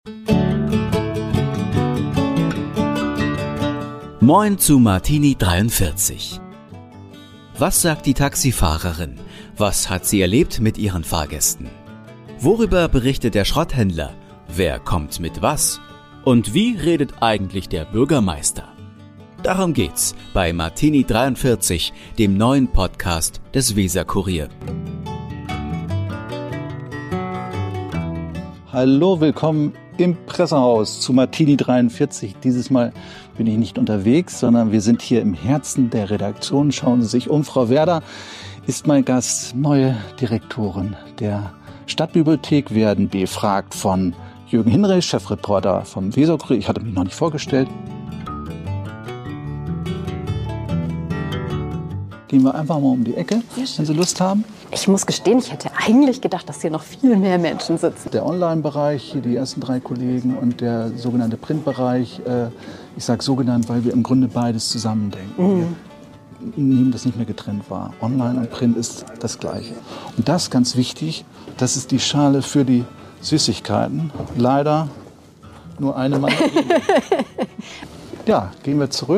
Moin zu Martini 43. Was sagt die Taxifahrerin? Was hat sie erlebt mit ihren Fahrgästen? Worüber berichtet der Schrotthändler? Wer kommt mit was? Und wie redet eigentlich der Bürgermeister? Darum geht's bei Martini 43, dem neuen Podcast des Weser-Kurier. Hallo, willkommen im Pressehaus zu Martini 43. Dieses Mal bin ich nicht unterwegs, sondern wir sind hier im Herzen der Redaktion. Schauen Sie sich um. Frau Werder ist mein Gast, neue Direktorin der Stadtbibliothek, werden befragt von Jürgen Hinrich, Chefreporter vom Weser-Kurier. Ich hatte mich noch nicht vorgestellt. Gehen wir einfach mal um die Ecke, wenn Sie Lust haben. Ich muss gestehen, ich hätte eigentlich gedacht, dass hier noch viel mehr Menschen sitzen. Der Online-Bereich, hier die ersten 3 Kollegen und der sogenannte Printbereich. Ich sage sogenannt, weil wir im Grunde beides zusammendenken. Wir nehmen das nicht mehr getrennt wahr. Online und Print ist das Gleiche. Und das, ganz wichtig, das ist die Schale für die Süßigkeiten. Leider nur eine Mal. Ja, gehen wir zurück.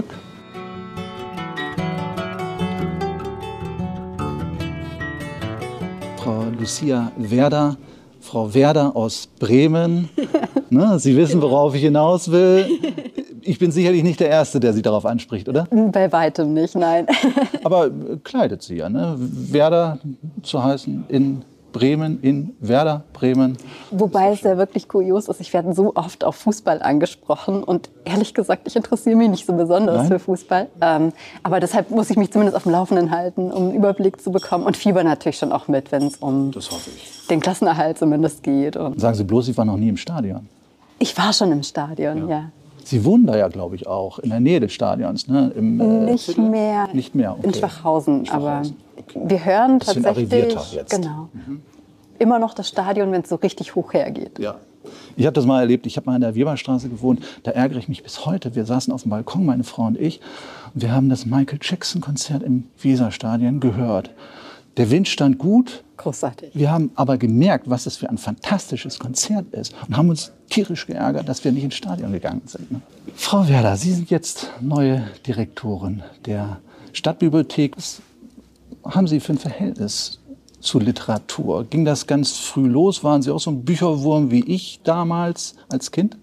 Frau Lucia Werder, Frau Werder aus Bremen. Ne, Sie wissen, worauf ich hinaus will. Ich bin sicherlich nicht der Erste, der Sie darauf anspricht, oder? Bei weitem nicht, nein. Aber kleidet Sie ja, ne? Werder zu heißen in Bremen, in Werder, Bremen. Wobei es ja wirklich kurios ist, ich werde so oft auf Fußball angesprochen und ehrlich gesagt, ich interessiere mich nicht so besonders für Fußball. Aber deshalb muss ich mich zumindest auf dem Laufenden halten, um einen Überblick zu bekommen und fieber natürlich schon auch mit, wenn es um den Klassenerhalt zumindest geht. Und Sagen Sie bloß, Sie waren noch nie im Stadion. ich war schon im Stadion, ja. Sie wohnen da ja, glaube ich, auch in der Nähe des Stadions, ne? Nicht mehr. Nicht mehr, okay. In Schwachhausen, aber wir hören bisschen tatsächlich arrivierter jetzt. Genau, immer noch das Stadion, wenn es so richtig hoch hergeht. Ja. Ich habe das mal erlebt. Ich habe mal in der Weberstraße gewohnt. Da ärgere ich mich bis heute. Wir saßen auf dem Balkon, meine Frau und ich. Und wir haben das Michael Jackson-Konzert im Weserstadion gehört. Der Wind stand gut. Großartig. Wir haben aber gemerkt, was es für ein fantastisches Konzert ist. Und haben uns tierisch geärgert, dass wir nicht ins Stadion gegangen sind. Ne? Frau Werder, Sie sind jetzt neue Direktorin der Stadtbibliothek. Was haben Sie für ein Verhältnis zu Literatur? Ging das ganz früh los? Waren Sie auch so ein Bücherwurm wie ich damals als Kind?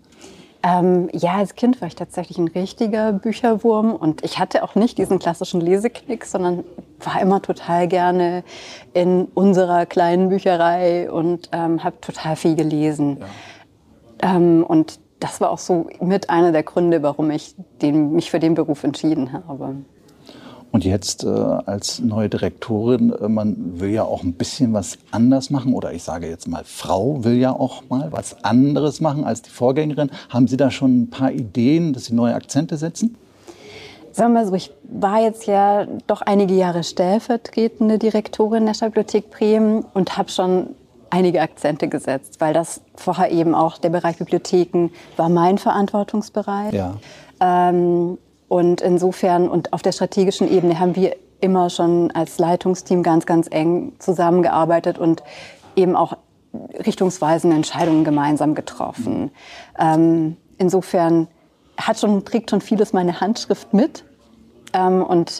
Ja, als Kind war ich tatsächlich ein richtiger Bücherwurm und ich hatte auch nicht diesen klassischen Leseknick, sondern war immer total gerne in unserer kleinen Bücherei und habe total viel gelesen. Ja. Und das war auch so mit einer der Gründe, warum ich mich für den Beruf entschieden habe. Und jetzt als neue Direktorin, man will ja auch ein bisschen was anders machen. Oder ich sage jetzt mal, Frau will ja auch mal was anderes machen als die Vorgängerin. Haben Sie da schon ein paar Ideen, dass Sie neue Akzente setzen? Sagen wir mal so, ich war jetzt ja doch einige Jahre stellvertretende Direktorin der Stadtbibliothek Bremen und habe schon einige Akzente gesetzt, weil das vorher eben auch der Bereich Bibliotheken war mein Verantwortungsbereich. Ja. Und insofern und auf der strategischen Ebene haben wir immer schon als Leitungsteam ganz, ganz eng zusammengearbeitet und eben auch richtungsweisende Entscheidungen gemeinsam getroffen. Insofern trägt schon vieles meine Handschrift mit. Und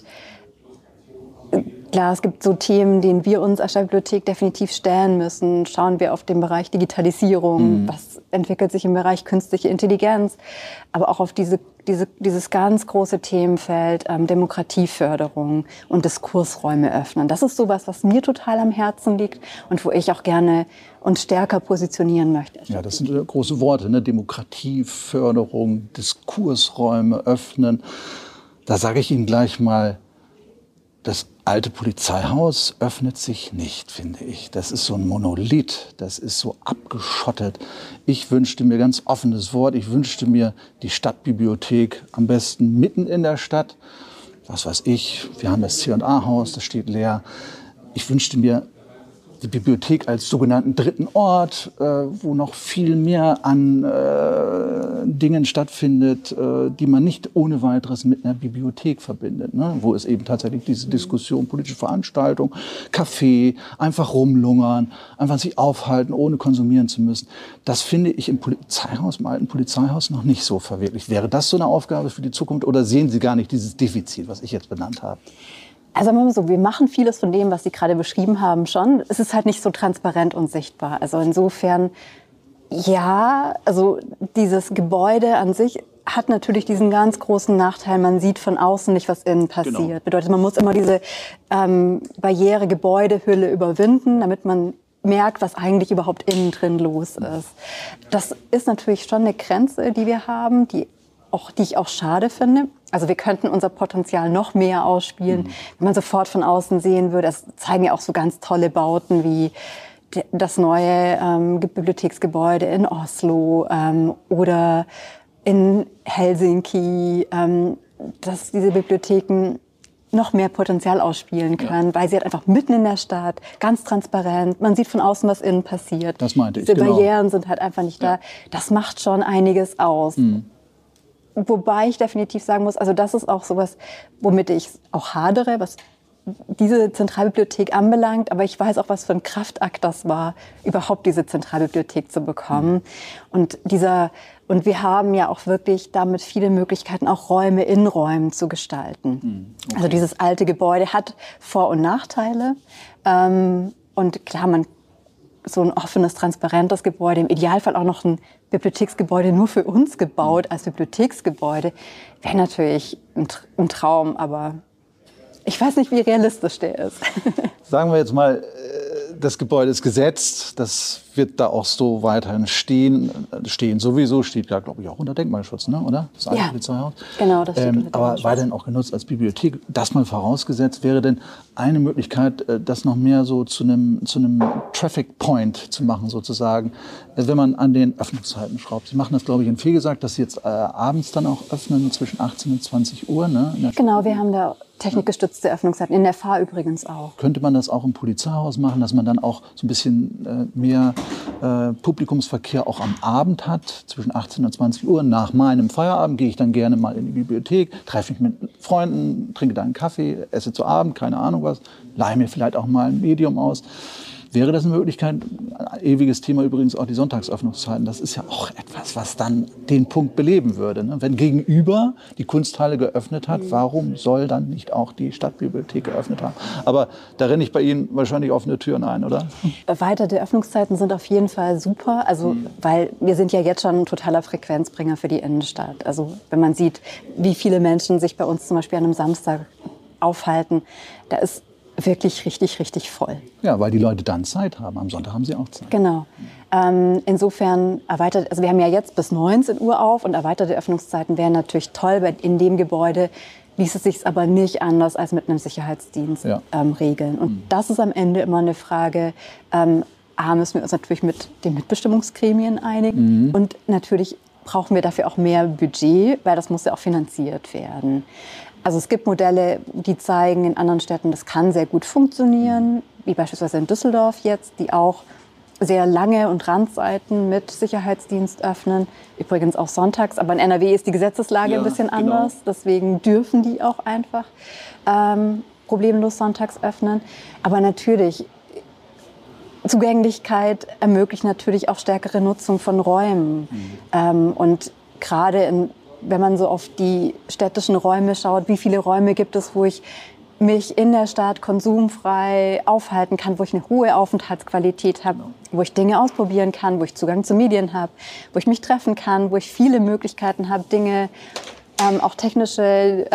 klar, es gibt so Themen, denen wir uns als Stadtbibliothek definitiv stellen müssen. Schauen wir auf den Bereich Digitalisierung, was entwickelt sich im Bereich künstliche Intelligenz, aber auch auf dieses ganz große Themenfeld Demokratieförderung und Diskursräume öffnen. Das ist sowas, was mir total am Herzen liegt und wo ich auch gerne uns stärker positionieren möchte. Ja, das sind große Worte, ne? Demokratieförderung, Diskursräume öffnen. Da sage ich Ihnen gleich mal, das alte Polizeihaus öffnet sich nicht, finde ich. Das ist so ein Monolith, das ist so abgeschottet. Ich wünschte mir, ganz offenes Wort, ich wünschte mir die Stadtbibliothek am besten mitten in der Stadt. Was weiß ich, wir haben das C&A-Haus, das steht leer. Ich wünschte mir die Bibliothek als sogenannten dritten Ort, wo noch viel mehr an Dingen stattfindet, die man nicht ohne weiteres mit einer Bibliothek verbindet. Ne? Wo es eben tatsächlich diese Diskussion, politische Veranstaltung, Café, einfach rumlungern, einfach sich aufhalten, ohne konsumieren zu müssen. Das finde ich im Polizeihaus, im alten Polizeihaus noch nicht so verwirklicht. Wäre das so eine Aufgabe für die Zukunft oder sehen Sie gar nicht dieses Defizit, was ich jetzt benannt habe? Also sagen wir mal so, wir machen vieles von dem, was Sie gerade beschrieben haben, schon. Es ist halt nicht so transparent und sichtbar. Also insofern, ja, also dieses Gebäude an sich hat natürlich diesen ganz großen Nachteil, man sieht von außen nicht, was innen passiert. Genau. Bedeutet, man muss immer diese Barriere, Gebäudehülle überwinden, damit man merkt, was eigentlich überhaupt innen drin los ist. Das ist natürlich schon eine Grenze, die wir haben, die ich auch schade finde. Also wir könnten unser Potenzial noch mehr ausspielen, wenn man sofort von außen sehen würde. Das zeigen ja auch so ganz tolle Bauten wie das neue Bibliotheksgebäude in Oslo oder in Helsinki, dass diese Bibliotheken noch mehr Potenzial ausspielen können, weil sie halt einfach mitten in der Stadt, ganz transparent, man sieht von außen, was innen passiert. Das meinte ich, Diese Barrieren sind halt einfach nicht da. Das macht schon einiges aus. Wobei ich definitiv sagen muss, also das ist auch sowas, womit ich auch hadere, was diese Zentralbibliothek anbelangt. Aber ich weiß auch, was für ein Kraftakt das war, überhaupt diese Zentralbibliothek zu bekommen. Und wir haben ja auch wirklich damit viele Möglichkeiten, auch Räume in Räumen zu gestalten. Okay. Also dieses alte Gebäude hat Vor- und Nachteile. Und klar, so ein offenes, transparentes Gebäude, im Idealfall auch noch ein Bibliotheksgebäude nur für uns gebaut als Bibliotheksgebäude, wäre natürlich ein Traum, aber ich weiß nicht, wie realistisch der ist. Sagen wir jetzt mal, das Gebäude ist gesetzt, das wird da auch so weiterhin stehen sowieso, steht da, glaube ich, auch unter Denkmalschutz, ne? Oder? Das alte Polizeihaus. Genau, das steht unter aber Denkmalschutz. weiterhin auch genutzt als Bibliothek. Das mal vorausgesetzt, wäre denn eine Möglichkeit, das noch mehr so zu einem Traffic Point zu machen, sozusagen, wenn man an den Öffnungszeiten schraubt. Sie machen das, glaube ich, in gesagt, dass Sie jetzt abends dann auch öffnen, zwischen 18 und 20 Uhr. Ne? Genau, wir haben da technikgestützte Öffnungszeiten, in der FAH übrigens auch. Könnte man das auch im Polizeihaus machen, dass man dann auch so ein bisschen mehr Publikumsverkehr auch am Abend hat, zwischen 18 und 20 Uhr. Nach meinem Feierabend gehe ich dann gerne mal in die Bibliothek, treffe mich mit Freunden, trinke da einen Kaffee, esse zu Abend, keine Ahnung was, leihe mir vielleicht auch mal ein Medium aus. Wäre das eine Möglichkeit? Ein ewiges Thema übrigens auch die Sonntagsöffnungszeiten. Das ist ja auch etwas, was dann den Punkt beleben würde. Ne? Wenn gegenüber die Kunsthalle geöffnet hat, warum soll dann nicht auch die Stadtbibliothek geöffnet haben? Aber da renne ich bei Ihnen wahrscheinlich offene Türen ein, oder? Erweiterte Öffnungszeiten sind auf jeden Fall super. Also, weil wir sind ja jetzt schon ein totaler Frequenzbringer für die Innenstadt. Also wenn man sieht, wie viele Menschen sich bei uns zum Beispiel an einem Samstag aufhalten, da ist wirklich richtig, richtig voll. Ja, weil die Leute dann Zeit haben. Am Sonntag haben sie auch Zeit. Genau. Insofern erweitert, also wir haben ja jetzt bis 19 Uhr auf und erweiterte Öffnungszeiten wären natürlich toll, weil in dem Gebäude ließ es sich aber nicht anders als mit einem Sicherheitsdienst regeln. Und das ist am Ende immer eine Frage, müssen wir uns natürlich mit den Mitbestimmungsgremien einigen und natürlich brauchen wir dafür auch mehr Budget, weil das muss ja auch finanziert werden. Also es gibt Modelle, die zeigen in anderen Städten, das kann sehr gut funktionieren, wie beispielsweise in Düsseldorf jetzt, die auch sehr lange und Randzeiten mit Sicherheitsdienst öffnen. Übrigens auch sonntags, aber in NRW ist die Gesetzeslage ein bisschen anders. Deswegen dürfen die auch einfach problemlos sonntags öffnen. Aber natürlich, Zugänglichkeit ermöglicht natürlich auch stärkere Nutzung von Räumen. Und gerade wenn man so auf die städtischen Räume schaut, wie viele Räume gibt es, wo ich mich in der Stadt konsumfrei aufhalten kann, wo ich eine hohe Aufenthaltsqualität habe, wo ich Dinge ausprobieren kann, wo ich Zugang zu Medien habe, wo ich mich treffen kann, wo ich viele Möglichkeiten habe, Dinge, auch technische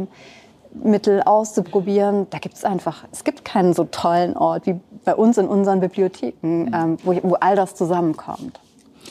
Mittel auszuprobieren. Da gibt es gibt keinen so tollen Ort wie bei uns in unseren Bibliotheken, wo all das zusammenkommt.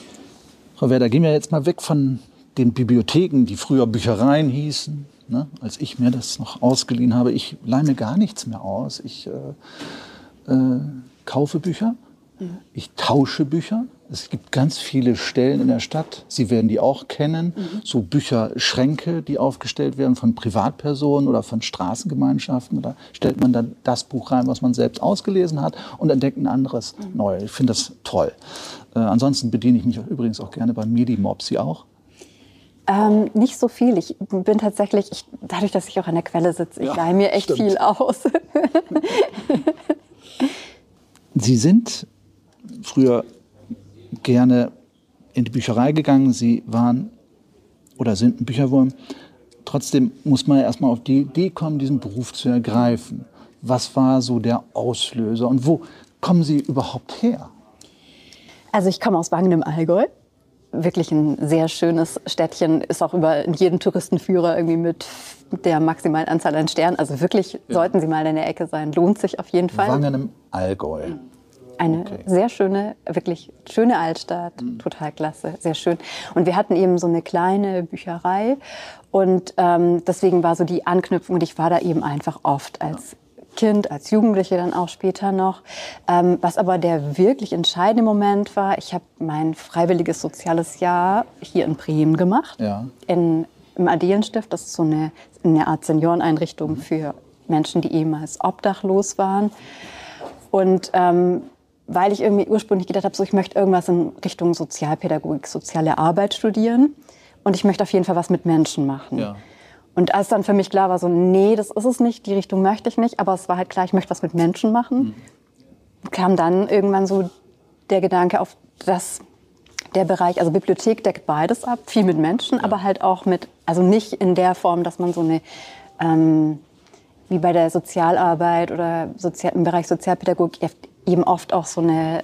Frau Werder, gehen wir jetzt mal weg von den Bibliotheken, die früher Büchereien hießen, ne, als ich mir das noch ausgeliehen habe. Ich leihe mir gar nichts mehr aus. Ich kaufe Bücher, ich tausche Bücher. Es gibt ganz viele Stellen in der Stadt, Sie werden die auch kennen, so Bücherschränke, die aufgestellt werden von Privatpersonen oder von Straßengemeinschaften. Da stellt man dann das Buch rein, was man selbst ausgelesen hat und entdeckt ein anderes neu. Ich finde das toll. Ansonsten bediene ich mich übrigens auch gerne beim Medimob. Sie auch? Nicht so viel. Ich bin tatsächlich, dadurch, dass ich auch an der Quelle sitze, ich leihe mir echt viel aus. Sie sind früher gerne in die Bücherei gegangen. Sie waren oder sind ein Bücherwurm. Trotzdem muss man ja erstmal auf die Idee kommen, diesen Beruf zu ergreifen. Was war so der Auslöser und wo kommen Sie überhaupt her? Also ich komme aus Wangen im Allgäu. Wirklich ein sehr schönes Städtchen, ist auch über jeden Touristenführer irgendwie mit der maximalen Anzahl an Sternen. Also wirklich sollten Sie mal in der Ecke sein, lohnt sich auf jeden Fall. Wangen im Allgäu. Eine sehr schöne, wirklich schöne Altstadt, total klasse, sehr schön. Und wir hatten eben so eine kleine Bücherei und deswegen war so die Anknüpfung und ich war da eben einfach oft als Kind, als Jugendliche dann auch später noch. Was aber der wirklich entscheidende Moment war, ich habe mein freiwilliges soziales Jahr hier in Bremen gemacht, im Adelienstift. Das ist so eine Art Senioreneinrichtung für Menschen, die ehemals obdachlos waren. Und weil ich irgendwie ursprünglich gedacht habe, so, ich möchte irgendwas in Richtung Sozialpädagogik, soziale Arbeit studieren und ich möchte auf jeden Fall was mit Menschen machen. Ja. Und als dann für mich klar war, so, nee, das ist es nicht, die Richtung möchte ich nicht, aber es war halt klar, ich möchte was mit Menschen machen, kam dann irgendwann so der Gedanke auf, dass der Bereich, also Bibliothek deckt beides ab, viel mit Menschen, aber halt auch mit, also nicht in der Form, dass man so eine, wie bei der Sozialarbeit oder im Bereich Sozialpädagogik eben oft auch so eine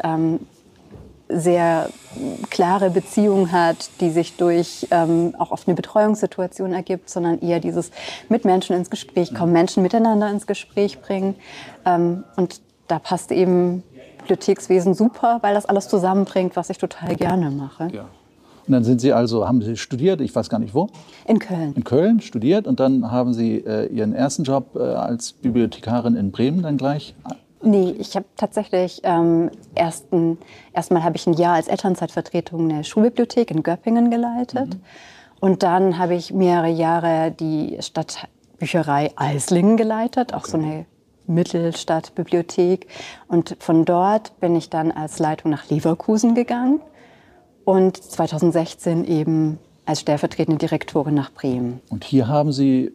sehr klare Beziehung hat, die sich durch auch oft eine Betreuungssituation ergibt, sondern eher dieses mit Menschen ins Gespräch kommen, Menschen miteinander ins Gespräch bringen. Und da passt eben Bibliothekswesen super, weil das alles zusammenbringt, was ich total gerne mache. Ja. Und dann sind Sie also, haben Sie studiert, ich weiß gar nicht wo? In Köln. In Köln studiert und dann haben Sie Ihren ersten Job als Bibliothekarin in Bremen dann gleich? Nee, ich habe tatsächlich erstmal habe ich ein Jahr als Elternzeitvertretung eine Schulbibliothek in Göppingen geleitet. Und dann habe ich mehrere Jahre die Stadtbücherei Eislingen geleitet, auch so eine Mittelstadtbibliothek. Und von dort bin ich dann als Leitung nach Leverkusen gegangen und 2016 eben als stellvertretende Direktorin nach Bremen. Und hier haben Sie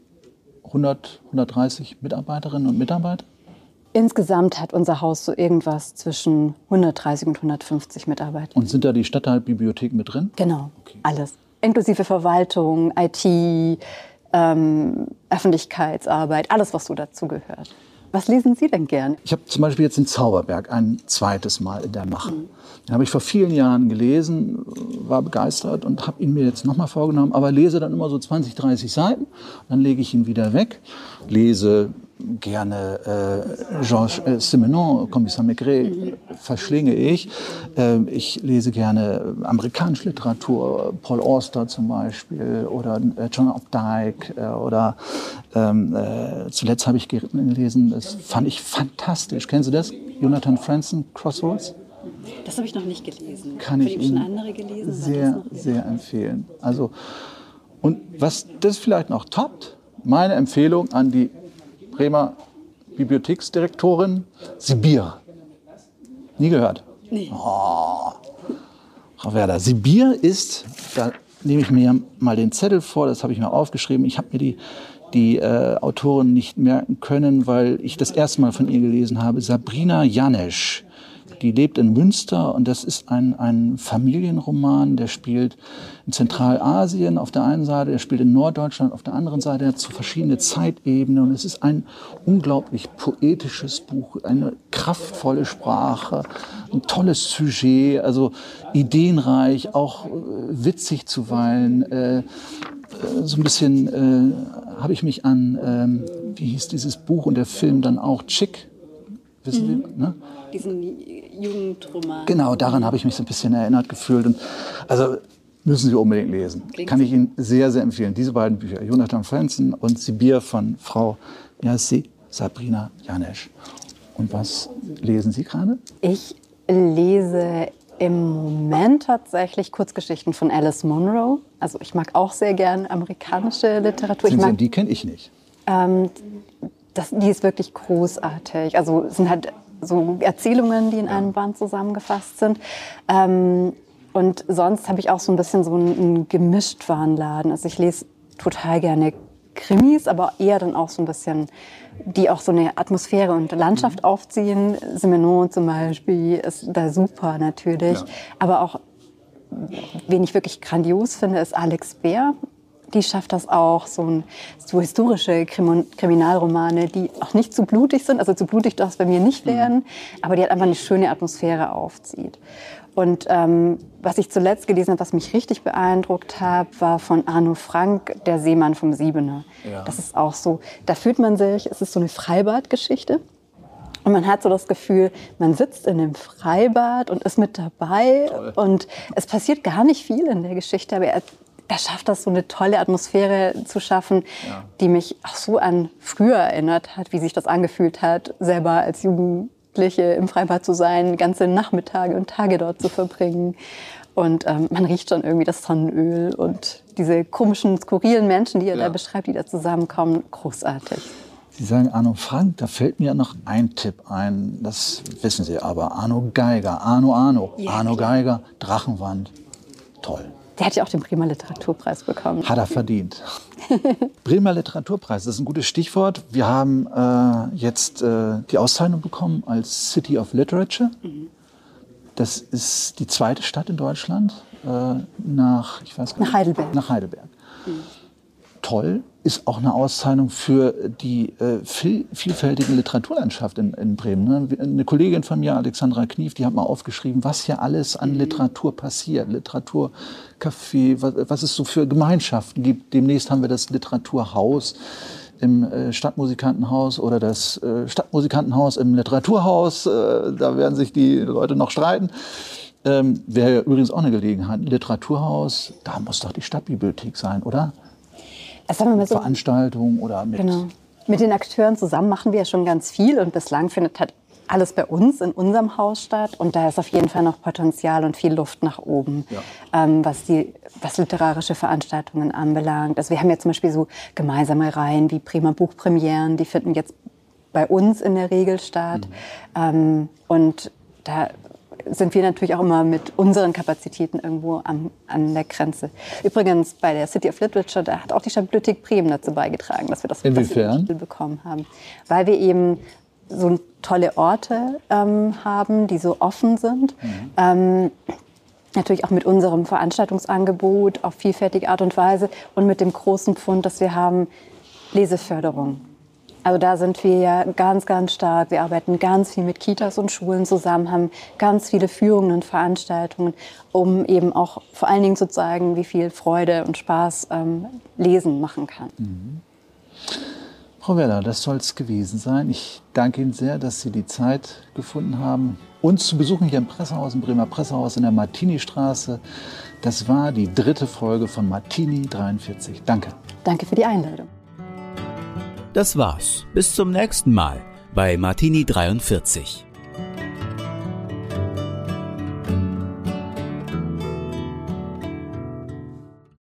130 Mitarbeiterinnen und Mitarbeiter? Insgesamt hat unser Haus so irgendwas zwischen 130 und 150 Mitarbeiter. Und sind da die Stadtteilbibliotheken mit drin? Genau, alles. Inklusive Verwaltung, IT, Öffentlichkeitsarbeit, alles, was so dazu gehört. Was lesen Sie denn gern? Ich habe zum Beispiel jetzt den Zauberberg ein zweites Mal in der Mache. Den habe ich vor vielen Jahren gelesen, war begeistert und habe ihn mir jetzt nochmal vorgenommen, aber lese dann immer so 20, 30 Seiten. Dann lege ich ihn wieder weg, lese gerne Georges Simenon, Kommissar Maigret, verschlinge ich. Ich lese gerne amerikanische Literatur, Paul Auster zum Beispiel oder John Updike oder zuletzt habe ich gelesen, das fand ich fantastisch. Kennen Sie das? Jonathan Franzen, Crossroads? Das habe ich noch nicht gelesen. Kann ich Ihnen schon andere gelesen? Sehr, sehr empfehlen. Also, und was das vielleicht noch toppt, meine Empfehlung an die Bremer Bibliotheksdirektorin, Sibir. Nie gehört? Nee. Oh. Frau Werder, Sibir ist, da nehme ich mir mal den Zettel vor, das habe ich mir aufgeschrieben. Ich habe mir die Autorin nicht merken können, weil ich das erste Mal von ihr gelesen habe, Sabrina Janesch. Die lebt in Münster und das ist ein Familienroman, der spielt in Zentralasien auf der einen Seite, der spielt in Norddeutschland auf der anderen Seite, der hat so verschiedene Zeitebenen und es ist ein unglaublich poetisches Buch, eine kraftvolle Sprache, ein tolles Sujet, also ideenreich, auch witzig zuweilen. So ein bisschen habe ich mich an, wie hieß dieses Buch und der Film dann auch, Chick, wissen Sie, ne? Diesen Jugendroman. Genau, daran habe ich mich so ein bisschen erinnert gefühlt. Und also müssen Sie unbedingt lesen. Kann ich Ihnen sehr, sehr empfehlen. Diese beiden Bücher, Jonathan Franzen und Sibir von Frau Sabrina Janesch. Und was lesen Sie gerade? Ich lese Im Moment tatsächlich Kurzgeschichten von Alice Munro. Also ich mag auch sehr gern amerikanische Literatur. Die kenne ich nicht. Die ist wirklich großartig. Also es sind halt so Erzählungen, die in einem Band zusammengefasst sind. Und sonst habe ich auch so ein bisschen so einen Gemischtwarenladen. Also ich lese total gerne Krimis, aber eher dann auch so ein bisschen, die auch so eine Atmosphäre und Landschaft aufziehen. Simenon zum Beispiel ist da super natürlich. Ja. Aber auch, wen ich wirklich grandios finde, ist Alex Beer. Die schafft das auch, so historische Kriminalromane, die auch nicht zu blutig sind. Also zu blutig darf es bei mir nicht werden, aber die halt einfach eine schöne Atmosphäre aufzieht. Und was ich zuletzt gelesen habe, was mich richtig beeindruckt hat, war von Arno Frank, Der Seemann vom Siebener. Ja. Das ist auch so, da fühlt man sich, es ist so eine Freibadgeschichte. Und man hat so das Gefühl, man sitzt in einem Freibad und ist mit dabei. Toll. Und es passiert gar nicht viel in der Geschichte, aber er schafft das, so eine tolle Atmosphäre zu schaffen, die mich auch so an früher erinnert hat, wie sich das angefühlt hat, selber als Jugendliche im Freibad zu sein, ganze Nachmittage und Tage dort zu verbringen. Und man riecht schon irgendwie das Sonnenöl und diese komischen, skurrilen Menschen, die er da beschreibt, die da zusammenkommen, großartig. Sie sagen Arno Frank, da fällt mir noch ein Tipp ein, das wissen Sie aber, Arno Geiger, Arno Geiger, Drachenwand, toll. Der hat ja auch den Bremer Literaturpreis bekommen. Hat er verdient. Bremer Literaturpreis, das ist ein gutes Stichwort. Wir haben jetzt die Auszeichnung bekommen als City of Literature. Das ist die zweite Stadt in Deutschland nach Heidelberg. Nach Heidelberg. Toll, ist auch eine Auszeichnung für die vielfältige Literaturlandschaft in Bremen. Ne? Eine Kollegin von mir, Alexandra Knief, die hat mal aufgeschrieben, was hier alles an Literatur passiert. Literaturcafé, was es so für Gemeinschaften gibt. Demnächst haben wir das Literaturhaus im Stadtmusikantenhaus oder das Stadtmusikantenhaus im Literaturhaus. Da werden sich die Leute noch streiten. Wäre ja übrigens auch eine Gelegenheit. Ein Literaturhaus, da muss doch die Stadtbibliothek sein, oder? Veranstaltungen oder mit... Genau. Mit den Akteuren zusammen machen wir ja schon ganz viel und bislang findet halt alles bei uns in unserem Haus statt und da ist auf jeden Fall noch Potenzial und viel Luft nach oben, was literarische Veranstaltungen anbelangt. Also wir haben ja zum Beispiel so gemeinsame Reihen wie Bremer Buchpremieren, die finden jetzt bei uns in der Regel statt und da sind wir natürlich auch immer mit unseren Kapazitäten irgendwo an der Grenze. Übrigens bei der City of Literature, da hat auch die Stadtbibliothek Bremen dazu beigetragen, dass wir das Titel bekommen haben. Weil wir eben so tolle Orte haben, die so offen sind. Natürlich auch mit unserem Veranstaltungsangebot auf vielfältige Art und Weise und mit dem großen Pfund, dass wir haben, Leseförderung. Also da sind wir ja ganz, ganz stark. Wir arbeiten ganz viel mit Kitas und Schulen zusammen, haben ganz viele Führungen und Veranstaltungen, um eben auch vor allen Dingen zu zeigen, wie viel Freude und Spaß Lesen machen kann. Frau Werder, das soll es gewesen sein. Ich danke Ihnen sehr, dass Sie die Zeit gefunden haben, uns zu besuchen hier im Pressehaus, im Bremer Pressehaus in der Martini-Straße. Das war die 3. Folge von Martini 43. Danke. Danke für die Einladung. Das war's. Bis zum nächsten Mal bei Martini 43.